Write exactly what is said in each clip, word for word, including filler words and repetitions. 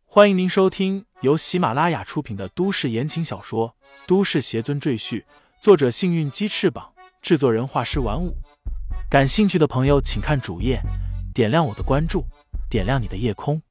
欢迎您收听由喜马拉雅出品的都市言情小说《都市邪尊赘婿》，作者幸运鸡翅膀，制作人画师玩五。感兴趣的朋友请看主页，点亮我的关注，点亮你的夜空。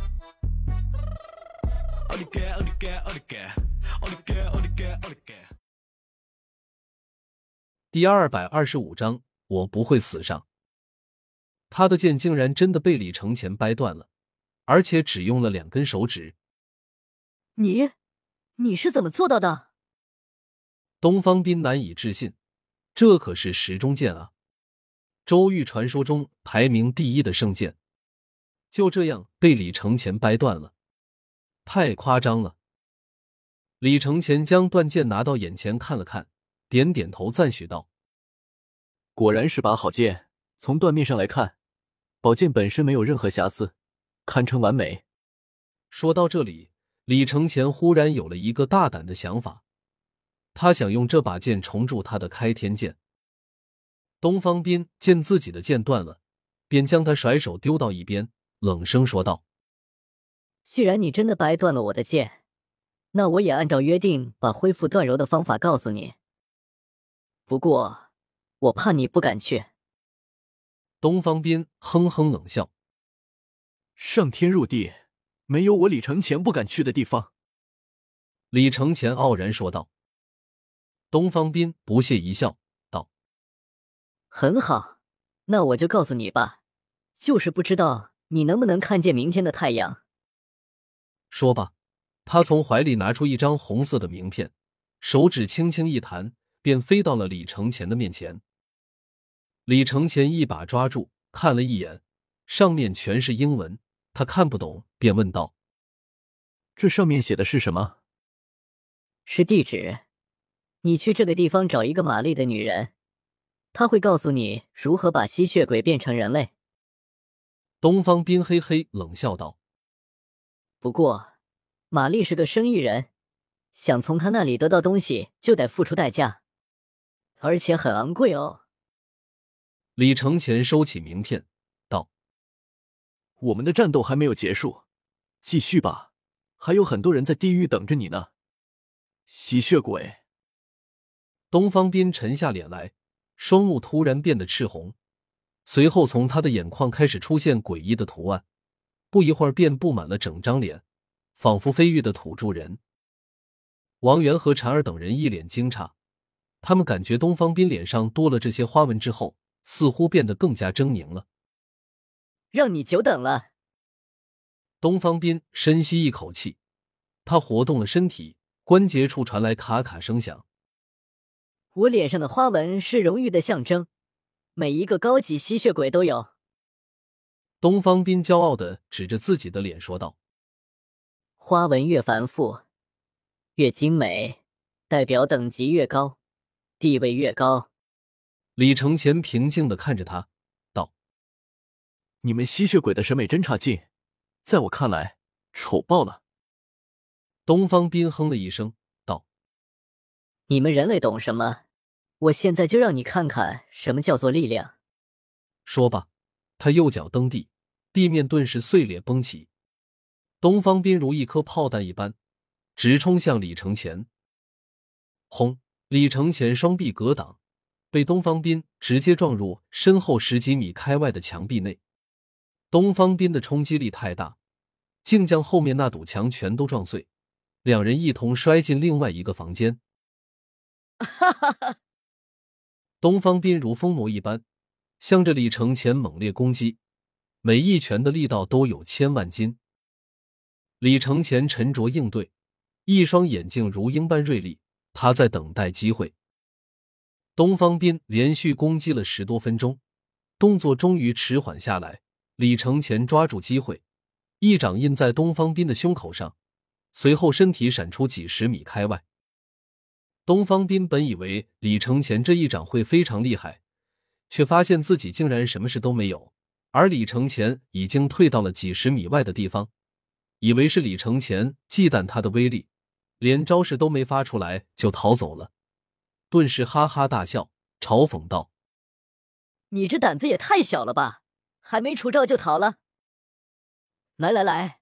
第二百二十五章，我不会死上。他的剑竟然真的被李承前掰断了，而且只用了两根手指。 你，你是怎么做到的？ 东方斌难以置信，这可是石中剑啊，周玉传说中排名第一的圣剑，就这样被李承前掰断了，太夸张了。李承前将断剑拿到眼前看了看，点点头赞许道： 果然是把好剑，从断面上来看，宝剑本身没有任何瑕疵，堪称完美。 说到这里，李承前忽然有了一个大胆的想法，他想用这把剑重铸他的开天剑。东方斌见自己的剑断了，便将他甩手丢到一边，冷声说道： 既然你真的掰断了我的剑，那我也按照约定把恢复断柔的方法告诉你。不过我怕你不敢去。 东方斌哼哼冷笑： 上天入地，没有我李承前不敢去的地方。 李承前傲然说道。东方斌不屑一笑道： 很好，那我就告诉你吧，就是不知道你能不能看见明天的太阳。 说罢，他从怀里拿出一张红色的名片，手指轻轻一弹，便飞到了李承前的面前。李承前一把抓住，看了一眼，上面全是英文，他看不懂，便问道： 这上面写的是什么？ 是地址，你去这个地方找一个玛丽的女人，她会告诉你如何把吸血鬼变成人类。 东方斌嘿嘿冷笑道： 不过玛丽是个生意人，想从她那里得到东西就得付出代价，而且很昂贵哦。 李承前收起名片道： 我们的战斗还没有结束，继续吧，还有很多人在地狱等着你呢。吸血鬼。 东方斌沉下脸来，双目突然变得赤红，随后从他的眼眶开始出现诡异的图案，不一会儿便布满了整张脸，仿佛飞跃的土著人。王源和婵儿等人一脸惊诧，他们感觉东方斌脸上多了这些花纹之后，似乎变得更加狰狞了。 让你久等了。 东方斌深吸一口气，他活动了身体，关节处传来卡卡声响。 我脸上的花纹是荣誉的象征，每一个高级吸血鬼都有。 东方斌骄傲地指着自己的脸说道： 花纹越繁复，越精美，代表等级越高，地位越高。 李承前平静地看着他道： 你们吸血鬼的审美真差劲，在我看来丑爆了。 东方斌哼了一声道： 你们人类懂什么？我现在就让你看看什么叫做力量。 说罢，他右脚蹬地，地面顿时碎裂崩起。东方斌如一颗炮弹一般直冲向李承前。轰！李承前双臂格挡，被东方斌直接撞入身后十几米开外的墙壁内。东方斌的冲击力太大，竟将后面那堵墙全都撞碎，两人一同摔进另外一个房间。 哈哈哈！ 东方斌如疯魔一般向着李承前猛烈攻击，每一拳的力道都有千万斤。李承前沉着应对，一双眼睛如鹰般锐利，他在等待机会。东方斌连续攻击了十多分钟，动作终于迟缓下来。李承前抓住机会，一掌印在东方斌的胸口上，随后身体闪出几十米开外。东方斌本以为李承前这一掌会非常厉害，却发现自己竟然什么事都没有，而李承前已经退到了几十米外的地方，以为是李承前忌惮他的威力，连招式都没发出来就逃走了，顿时哈哈大笑，嘲讽道： 你这胆子也太小了吧，还没出招就逃了。来来来，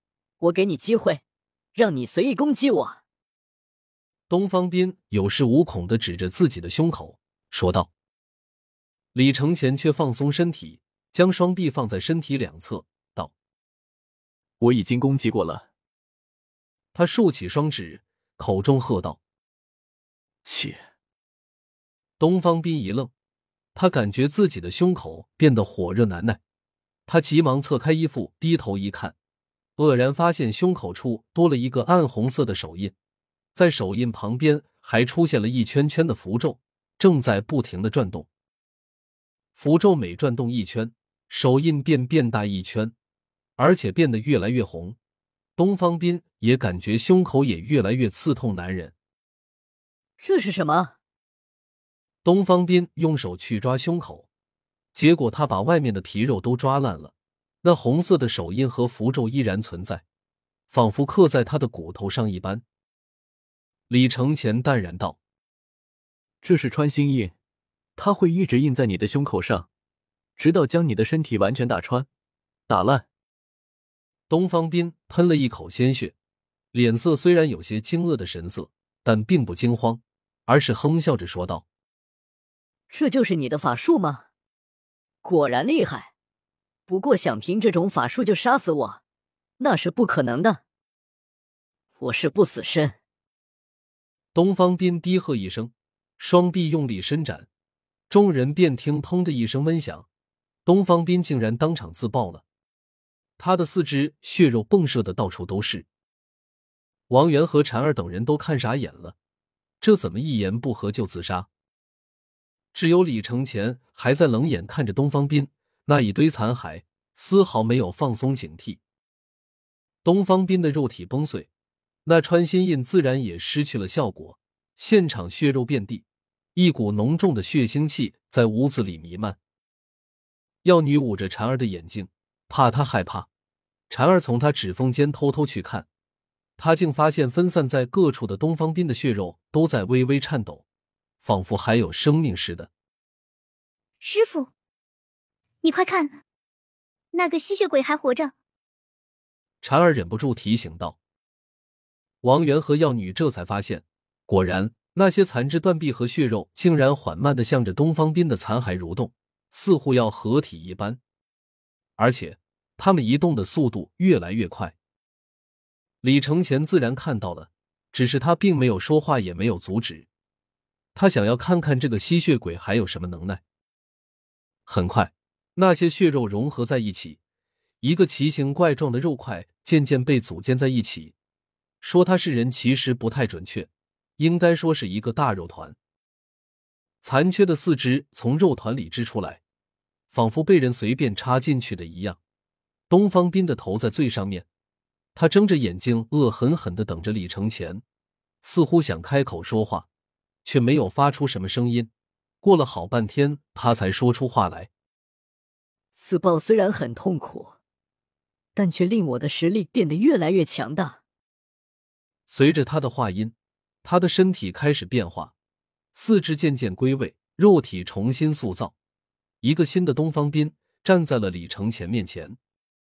我给你机会，让你随意攻击我。 东方斌有恃无恐地指着自己的胸口说道。李承前却放松身体，将双臂放在身体两侧，道： 我已经攻击过了。 他竖起双指，口中喝道： 切！ 东方斌一愣，他感觉自己的胸口变得火热难耐，他急忙侧开衣服，低头一看，愕然发现胸口处多了一个暗红色的手印，在手印旁边还出现了一圈圈的符咒，正在不停地转动。符咒每转动一圈，手印便变大一圈，而且变得越来越红。东方斌也感觉胸口也越来越刺痛难忍。 这是什么？ 东方斌用手去抓胸口，结果他把外面的皮肉都抓烂了，那红色的手印和符咒依然存在，仿佛刻在他的骨头上一般。李承前淡然道： 这是穿心印，它会一直印在你的胸口上，直到将你的身体完全打穿、打烂。 东方斌喷了一口鲜血，脸色虽然有些惊愕的神色，但并不惊慌，而是哼笑着说道： 这就是你的法术吗？果然厉害，不过想凭这种法术就杀死我，那是不可能的。我是不死身。 东方斌低喝一声，双臂用力伸展，众人便听砰的一声闷响，东方斌竟然当场自爆了，他的四肢血肉迸射的到处都是。王源和婵儿等人都看傻眼了，这怎么一言不合就自杀？只有李承前还在冷眼看着东方斌那一堆残骸，丝毫没有放松警惕。东方斌的肉体崩碎，那穿心印自然也失去了效果，现场血肉遍地，一股浓重的血腥气在屋子里弥漫。药女捂着婵儿的眼睛，怕她害怕。婵儿从她指缝间偷偷去看，她竟发现分散在各处的东方斌的血肉都在微微颤抖，仿佛还有生命似的。 师父，你快看，那个吸血鬼还活着。 婵儿忍不住提醒道。王源和药女这才发现，果然那些残肢断臂和血肉竟然缓慢地向着东方斌的残骸蠕动，似乎要合体一般，而且他们移动的速度越来越快。李承前自然看到了，只是他并没有说话，也没有阻止，他想要看看这个吸血鬼还有什么能耐。很快，那些血肉融合在一起，一个奇形怪状的肉块渐渐被组建在一起，说它是人其实不太准确，应该说是一个大肉团。残缺的四肢从肉团里支出来，仿佛被人随便插进去的一样。东方斌的头在最上面，他睁着眼睛恶狠狠地等着李承前，似乎想开口说话，却没有发出什么声音。过了好半天，他才说出话来。 自爆虽然很痛苦，但却令我的实力变得越来越强大。 随着他的话音，他的身体开始变化，四肢渐渐归位，肉体重新塑造，一个新的东方斌站在了李承前面前。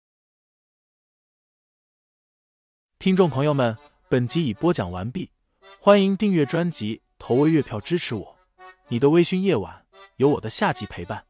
听众朋友们，本集已播讲完毕，欢迎订阅专辑，投喂月票支持我。你的微醺夜晚，有我的下集陪伴。